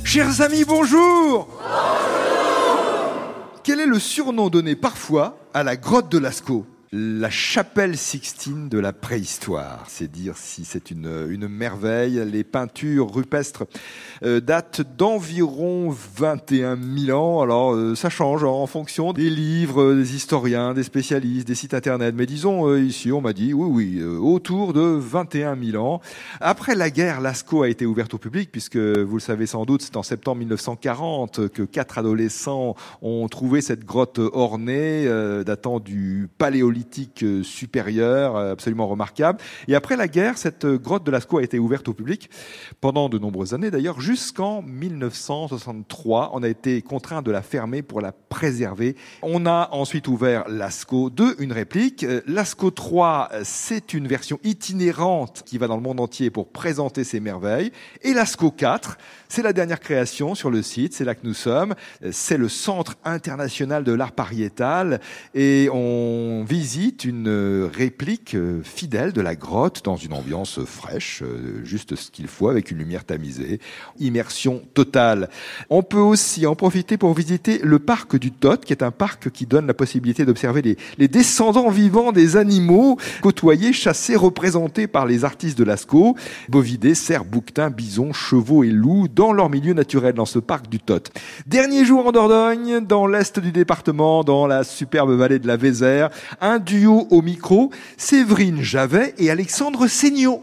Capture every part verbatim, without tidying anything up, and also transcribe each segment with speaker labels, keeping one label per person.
Speaker 1: Chers amis, bonjour. Bonjour. Quel est le surnom donné parfois à la grotte de Lascaux ? La chapelle Sixtine de la préhistoire. C'est dire si c'est une, une merveille. Les peintures rupestres euh, datent d'environ vingt et un mille ans. Alors, euh, ça change en fonction des livres, des historiens, des spécialistes, des sites internet. Mais disons, euh, ici, on m'a dit, oui, oui, euh, autour de vingt et un mille ans. Après la guerre, Lascaux a été ouverte au public, puisque, vous le savez sans doute, c'est en septembre mille neuf cent quarante que quatre adolescents ont trouvé cette grotte ornée, euh, datant du Paléolithique supérieur, absolument remarquable. Et après la guerre, cette grotte de Lascaux a été ouverte au public pendant de nombreuses années. D'ailleurs, jusqu'en mille neuf cent soixante-trois, on a été contraint de la fermer pour la préserver. On a ensuite ouvert Lascaux deux, une réplique. Lascaux trois, c'est une version itinérante qui va dans le monde entier pour présenter ses merveilles. Et Lascaux quatre, c'est la dernière création sur le site. C'est là que nous sommes. C'est le Centre international de l'art pariétal. Et on visite une réplique fidèle de la grotte dans une ambiance fraîche, juste ce qu'il faut, avec une lumière tamisée, immersion totale. On peut aussi en profiter pour visiter le parc du Tot, qui est un parc qui donne la possibilité d'observer les, les descendants vivants des animaux côtoyés, chassés, représentés par les artistes de Lascaux, bovidés, cerfs, bouquetins, bisons, chevaux et loups, dans leur milieu naturel, dans ce parc du Tot. Dernier jour en Dordogne, dans l'est du département, dans la superbe vallée de la Vézère, un duo au micro, Séverine Javet et Alexandre Seignaud.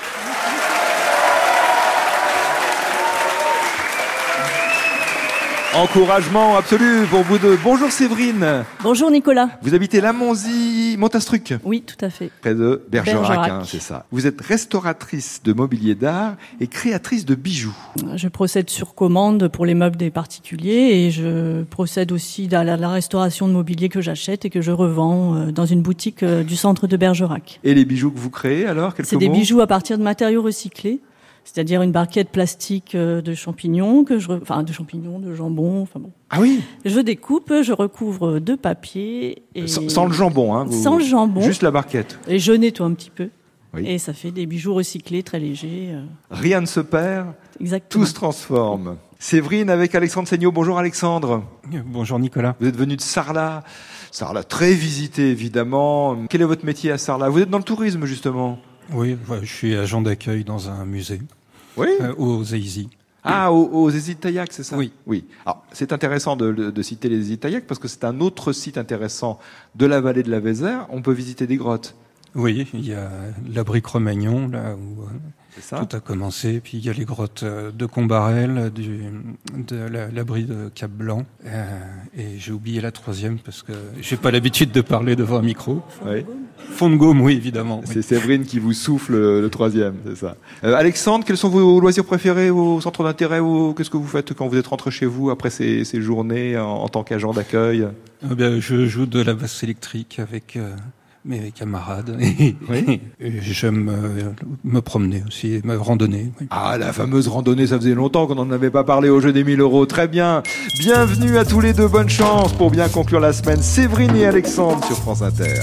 Speaker 1: Encouragement absolu pour vous deux. Bonjour Séverine.
Speaker 2: Bonjour Nicolas.
Speaker 1: Vous habitez La Monzie, Montastruc.
Speaker 2: Oui, tout à fait.
Speaker 1: Près de Bergerac,
Speaker 2: Bergerac.
Speaker 1: Hein, c'est ça. Vous êtes restauratrice de mobilier d'art et créatrice de bijoux.
Speaker 2: Je procède sur commande pour les meubles des particuliers et je procède aussi à la, la restauration de mobilier que j'achète et que je revends dans une boutique du centre de Bergerac.
Speaker 1: Et les bijoux que vous créez alors, quelques
Speaker 2: C'est des
Speaker 1: mots
Speaker 2: bijoux à partir de matériaux recyclés. C'est-à-dire une barquette plastique de champignons, que je, re... enfin de champignons, de jambon, enfin bon.
Speaker 1: Ah oui.
Speaker 2: Je découpe, je recouvre de papier et
Speaker 1: sans, sans le jambon, hein. Vous...
Speaker 2: Sans le jambon.
Speaker 1: Juste la barquette.
Speaker 2: Et je nettoie un petit peu.
Speaker 1: Oui.
Speaker 2: Et ça fait des bijoux recyclés, très légers.
Speaker 1: Rien ne se perd.
Speaker 2: Exactement.
Speaker 1: Tout se transforme. Séverine avec Alexandre Seignaud. Bonjour Alexandre.
Speaker 3: Bonjour Nicolas.
Speaker 1: Vous êtes venu de Sarlat. Sarlat très visité évidemment. Quel est votre métier à Sarlat ? Vous êtes dans le tourisme justement ?
Speaker 3: Oui, je suis agent d'accueil dans un musée.
Speaker 1: Oui.
Speaker 3: Euh, aux Zéizi.
Speaker 1: Ah, aux, aux Zézi-Taillac, c'est ça ?
Speaker 3: Oui.
Speaker 1: Oui. Alors, c'est intéressant de, de, de citer les Zézi-Taillac parce que c'est un autre site intéressant de la vallée de la Vézère. On peut visiter des grottes.
Speaker 3: Oui, il y a l'abri Cro-Magnon, là où
Speaker 1: c'est ça.
Speaker 3: Tout a commencé. Puis il y a les grottes de Combarel, du, de la, l'abri de Cap-Blanc. Euh, et j'ai oublié la troisième parce que j'ai pas l'habitude de parler devant un micro.
Speaker 1: Oui.
Speaker 3: Fond de Gaume, oui, évidemment.
Speaker 1: C'est
Speaker 3: oui.
Speaker 1: Séverine qui vous souffle le troisième, c'est ça. Euh, Alexandre, quels sont vos loisirs préférés, vos centres d'intérêt, ou qu'est-ce que vous faites quand vous êtes rentré chez vous après ces, ces journées en, en tant qu'agent d'accueil ?
Speaker 3: Eh bien, je joue de la basse électrique avec euh, mes camarades. Et,
Speaker 1: oui.
Speaker 3: et j'aime euh, me promener aussi, me randonner. Oui.
Speaker 1: Ah, la fameuse randonnée, ça faisait longtemps qu'on n'en avait pas parlé au jeu des mille euros. Très bien. Bienvenue à tous les deux. Bonne chance pour bien conclure la semaine. Séverine et Alexandre sur France Inter.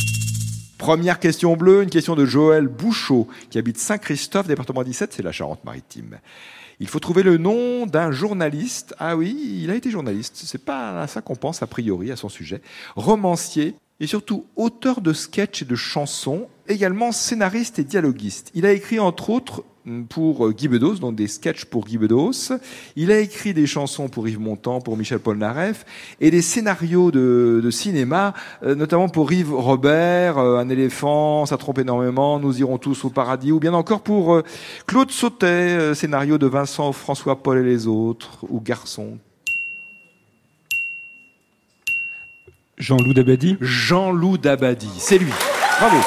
Speaker 1: Première question bleue, une question de Joël Bouchot, qui habite Saint-Christophe, département dix-sept, c'est la Charente-Maritime. Il faut trouver le nom d'un journaliste. Ah oui, il a été journaliste. C'est pas à ça qu'on pense a priori à son sujet. Romancier et surtout auteur de sketchs et de chansons, également scénariste et dialoguiste. Il a écrit entre autres pour Guy Bedos, donc des sketchs pour Guy Bedos. Il a écrit des chansons pour Yves Montand, pour Michel Polnareff, et des scénarios de, de cinéma, euh, notamment pour Yves Robert, euh, Un éléphant, ça trompe énormément, Nous irons tous au paradis, ou bien encore pour euh, Claude Sautet, euh, scénario de Vincent, François, Paul et les autres, ou Garçon.
Speaker 3: Jean-Loup Dabadi.
Speaker 1: Jean-Loup Dabadi, c'est lui. Bravo.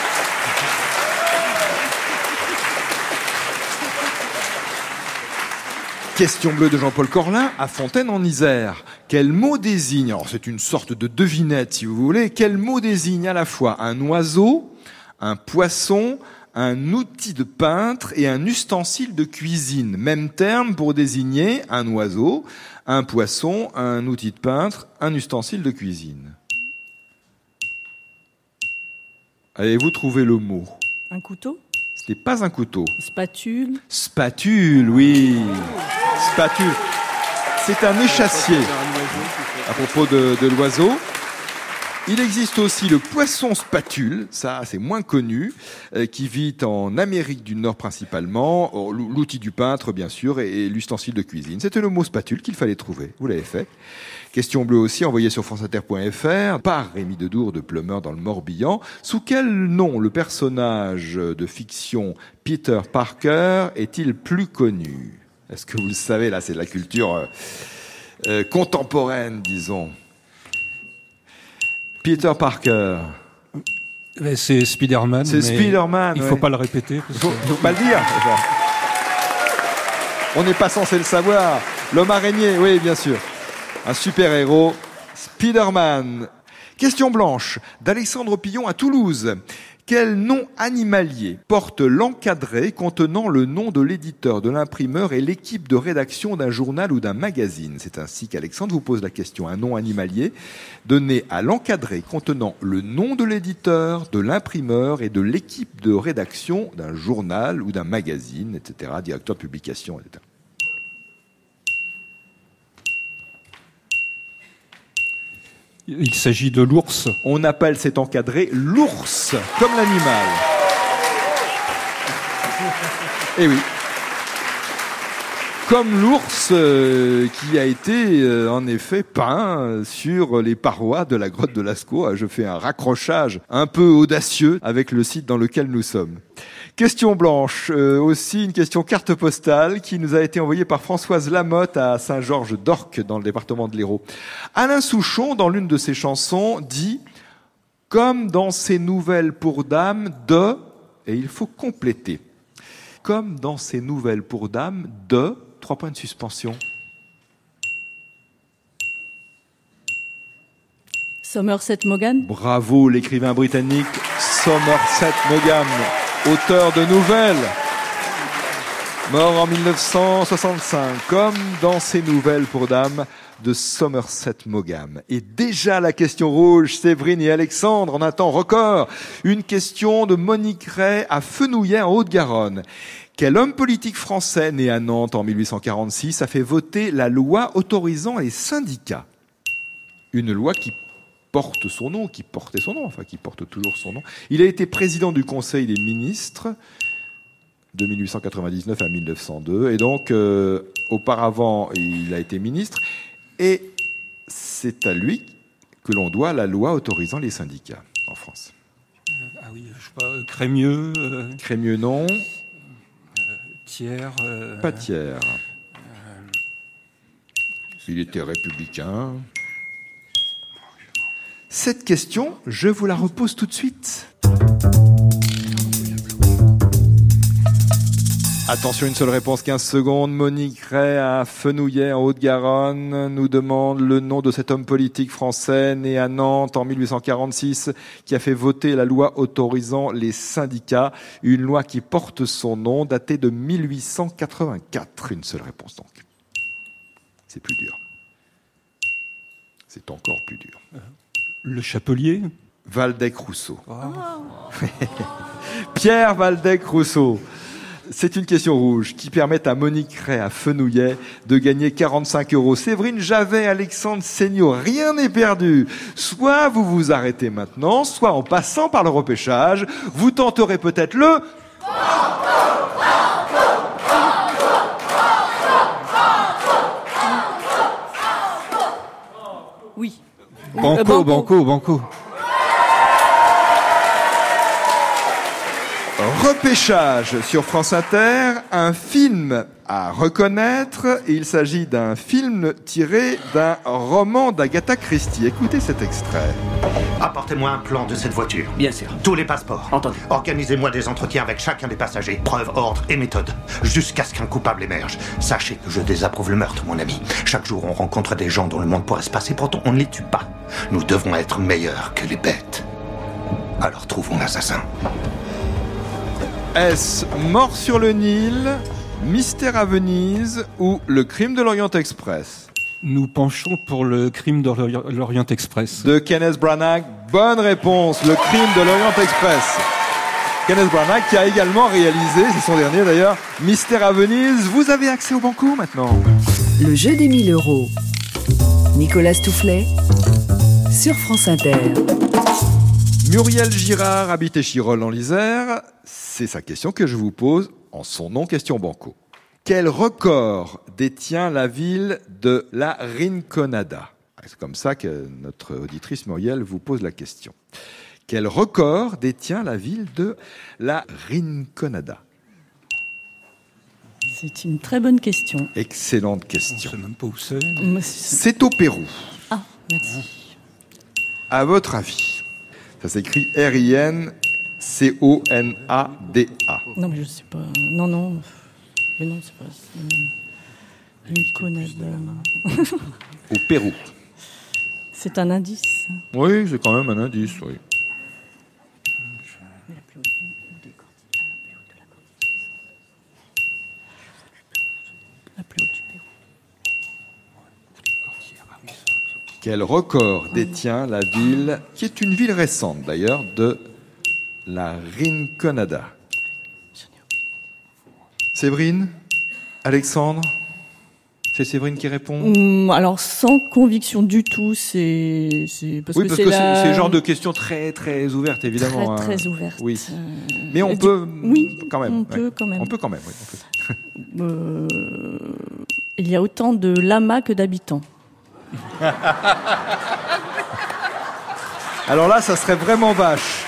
Speaker 1: Question bleue de Jean-Paul Corlin, à Fontaine-en-Isère. Quel mot désigne, alors c'est une sorte de devinette si vous voulez, quel mot désigne à la fois un oiseau, un poisson, un outil de peintre et un ustensile de cuisine. Même terme pour désigner un oiseau, un poisson, un outil de peintre, un ustensile de cuisine. Avez-vous trouvé le mot ?
Speaker 2: Un couteau ?
Speaker 1: Ce n'est pas un couteau.
Speaker 2: Spatule.
Speaker 1: Spatule, oui. Spatule. C'est un échassier à propos de, de l'oiseau. Il existe aussi le poisson spatule, ça c'est moins connu, euh, qui vit en Amérique du Nord principalement, oh, l'outil du peintre bien sûr et, et l'ustensile de cuisine. C'était le mot spatule qu'il fallait trouver, vous l'avez fait. Question bleue aussi envoyée sur franceinter point f r par Rémi Dedour de Pleumeur dans le Morbihan. Sous quel nom le personnage de fiction Peter Parker est-il plus connu ? Est-ce que vous le savez, là c'est de la culture euh, euh, contemporaine disons. Peter Parker.
Speaker 3: C'est Spider-Man.
Speaker 1: C'est Spider-Man.
Speaker 3: Il ne
Speaker 1: ouais.
Speaker 3: faut pas le répéter.
Speaker 1: Il faut, faut pas le dire. On n'est pas censé le savoir. L'homme araignée, oui, bien sûr. Un super-héros, Spider-Man. Question blanche d'Alexandre Pillon à Toulouse. Quel nom animalier porte l'encadré contenant le nom de l'éditeur, de l'imprimeur et l'équipe de rédaction d'un journal ou d'un magazine ? C'est ainsi qu'Alexandre vous pose la question. Un nom animalier donné à l'encadré contenant le nom de l'éditeur, de l'imprimeur et de l'équipe de rédaction d'un journal ou d'un magazine, et cetera, directeur de publication, et cetera.
Speaker 3: Il s'agit de l'ours.
Speaker 1: On appelle cet encadré l'ours, comme l'animal. Eh oui. Comme l'ours euh, qui a été euh, en effet peint sur les parois de la grotte de Lascaux. Je fais un raccrochage un peu audacieux avec le site dans lequel nous sommes. Question blanche, euh, aussi une question carte postale qui nous a été envoyée par Françoise Lamotte à Saint-Georges d'Orc dans le département de l'Hérault. Alain Souchon, dans l'une de ses chansons, dit « Comme dans ces nouvelles pour dames de... » et il faut compléter. « Comme dans ces nouvelles pour dames de... » Trois points de suspension.
Speaker 2: Somerset Maugham.
Speaker 1: Bravo, l'écrivain britannique Somerset Maugham, auteur de nouvelles. Mort en mille neuf cent soixante-cinq, comme dans ces nouvelles pour dames de Somerset Maugham. Et déjà la question rouge, Séverine et Alexandre, en un temps record. Une question de Monique Ray à Fenouillet en Haute-Garonne. Quel homme politique français, né à Nantes en mille huit cent quarante-six, a fait voter la loi autorisant les syndicats ? Une loi qui porte son nom, qui portait son nom, enfin qui porte toujours son nom. Il a été président du Conseil des ministres de mille huit cent quatre-vingt-dix-neuf à mille neuf cent deux. Et donc, euh, auparavant, il a été ministre. Et c'est à lui que l'on doit la loi autorisant les syndicats en France.
Speaker 3: Euh, ah oui, je sais pas, euh, Crémieux. Euh...
Speaker 1: Crémieux, non.
Speaker 3: Thiers. Euh...
Speaker 1: Pas Thiers. Euh... Il était républicain. Cette question, je vous la repose tout de suite. Attention, une seule réponse, quinze secondes. Monique Ray à Fenouillet, en Haute-Garonne, nous demande le nom de cet homme politique français né à Nantes en mille huit cent quarante-six, qui a fait voter la loi autorisant les syndicats, une loi qui porte son nom, datée de mille huit cent quatre-vingt-quatre. Une seule réponse donc. C'est plus dur. C'est encore plus dur.
Speaker 3: Le Chapelier.
Speaker 1: Waldeck-Rousseau.
Speaker 3: Oh.
Speaker 1: Pierre Waldeck-Rousseau. C'est une question rouge qui permet à Monique Ray à Fenouillet de gagner quarante-cinq euros. Séverine Javet, Alexandre Seigneau, rien n'est perdu. Soit vous vous arrêtez maintenant, soit en passant par le repêchage, vous tenterez peut-être le...
Speaker 2: Oui.
Speaker 3: Banco,
Speaker 2: Euh, banco,
Speaker 3: banco, banco.
Speaker 1: Repêchage sur France Inter, un film à reconnaître. Il s'agit d'un film tiré d'un roman d'Agatha Christie. Écoutez cet extrait.
Speaker 4: Apportez-moi un plan de cette voiture.
Speaker 5: Bien sûr.
Speaker 4: Tous les passeports.
Speaker 5: Entendu.
Speaker 4: Organisez-moi des entretiens avec chacun des passagers. Preuves, ordres et méthodes. Jusqu'à ce qu'un coupable émerge. Sachez que je désapprouve le meurtre, mon ami. Chaque jour, on rencontre des gens dont le monde pourrait se passer. Pourtant, on ne les tue pas. Nous devons être meilleurs que les bêtes. Alors trouvons l'assassin.
Speaker 1: Est-ce Mort sur le Nil, Mystère à Venise ou Le Crime de l'Orient Express ?
Speaker 3: Nous penchons pour le crime de l'Orient- l'Orient Express.
Speaker 1: De Kenneth Branagh. Bonne réponse, Le Crime de l'Orient Express. Kenneth Branagh qui a également réalisé, c'est son dernier d'ailleurs, Mystère à Venise. Vous avez accès au banco maintenant.
Speaker 5: Le jeu des mille euros. Nicolas Stoufflet sur France Inter.
Speaker 1: Muriel Girard habite Échirolles en l'Isère. C'est sa question que je vous pose en son nom, question banco. Quel record détient la ville de la Rinconada ? C'est comme ça que notre auditrice Muriel vous pose la question. Quel record détient la ville de la Rinconada ?
Speaker 2: C'est une très bonne question.
Speaker 1: Excellente
Speaker 3: Je
Speaker 1: question.
Speaker 3: sais même pas où c'est.
Speaker 2: Moi, c'est-
Speaker 1: C'est au Pérou.
Speaker 2: Ah, merci.
Speaker 1: À votre avis, ça s'écrit R I N C O N A D A.
Speaker 2: Non, mais je sais pas. Non, non. Mais non, c'est pas. c'est- Rinconada.
Speaker 1: Au Pérou.
Speaker 2: C'est un indice.
Speaker 1: Oui, c'est quand même un indice, oui.
Speaker 2: La plus haute du Pérou.
Speaker 1: Quel record détient la ville, qui est une ville récente d'ailleurs, de la Rinconada? Séverine? Alexandre? C'est Séverine qui répond?
Speaker 2: Hum, alors, sans conviction du tout, c'est. c'est parce
Speaker 1: Oui,
Speaker 2: que
Speaker 1: parce
Speaker 2: c'est
Speaker 1: que
Speaker 2: la...
Speaker 1: c'est c'est le genre de questions très très ouvertes, évidemment.
Speaker 2: Très,
Speaker 1: hein.
Speaker 2: très ouverte.
Speaker 1: Oui.
Speaker 2: Euh,
Speaker 1: Mais on
Speaker 2: du-
Speaker 1: peut,
Speaker 2: Oui,
Speaker 1: quand même.
Speaker 2: on
Speaker 1: ouais.
Speaker 2: peut quand même.
Speaker 1: On peut quand même, oui. on peut.
Speaker 2: Euh, il y a autant de lamas que d'habitants.
Speaker 1: Alors là, ça serait vraiment vache.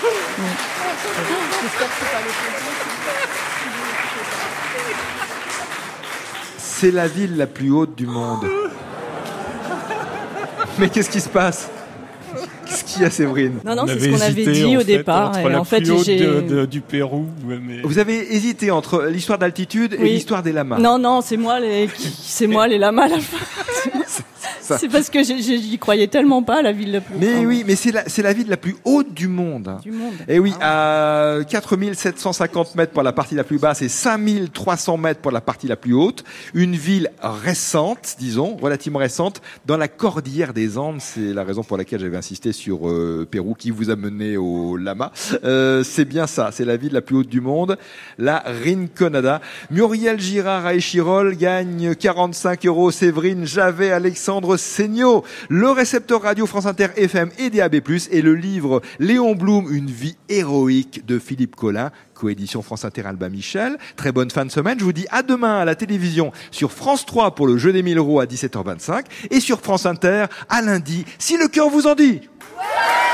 Speaker 1: C'est la ville la plus haute du monde. Mais qu'est-ce qui se passe? Qu'est-ce qu'il y a, Séverine?
Speaker 2: Non, non,
Speaker 6: On
Speaker 2: c'est ce
Speaker 6: avait
Speaker 2: qu'on avait
Speaker 6: hésité,
Speaker 2: dit
Speaker 6: en
Speaker 2: au
Speaker 6: fait,
Speaker 2: départ.
Speaker 6: entre
Speaker 2: Et
Speaker 6: la
Speaker 2: en fait,
Speaker 6: plus haute
Speaker 2: j'ai.
Speaker 6: de- de- du Pérou. ouais, mais-
Speaker 1: Vous avez hésité entre l'histoire d'altitude et
Speaker 2: Oui.
Speaker 1: l'histoire des lamas.
Speaker 2: Non, non, c'est moi les, qui- c'est moi les lamas à la fin.
Speaker 1: ça.
Speaker 2: C'est parce que j'ai- j'ai- j'y croyais tellement pas, la ville la plus.
Speaker 1: Mais
Speaker 2: enfin,
Speaker 1: oui, mais c'est la, c'est la ville la plus haute du monde. hein.
Speaker 2: Du monde.
Speaker 1: Et oui, à quatre mille sept cent cinquante mètres pour la partie la plus basse et cinq mille trois cents mètres pour la partie la plus haute. Une ville récente, disons, relativement récente, dans la cordillère des Andes. C'est la raison pour laquelle j'avais insisté sur euh, Pérou, qui vous a mené au Lama. Euh, c'est bien ça, c'est la ville la plus haute du monde, la Rinconada. Muriel Girard à Échirolles gagne quarante-cinq euros. Séverine Javet, Alexandre Seigneau, le récepteur radio France Inter F M et D A B plus, et le livre Léon Blum, Une vie héroïque de Philippe Collin, coédition France Inter Albin Michel. Très bonne fin de semaine. Je vous dis à demain à la télévision sur France trois pour le jeu des mille euros à dix-sept heures vingt-cinq et sur France Inter à lundi, si le cœur vous en dit. Ouais.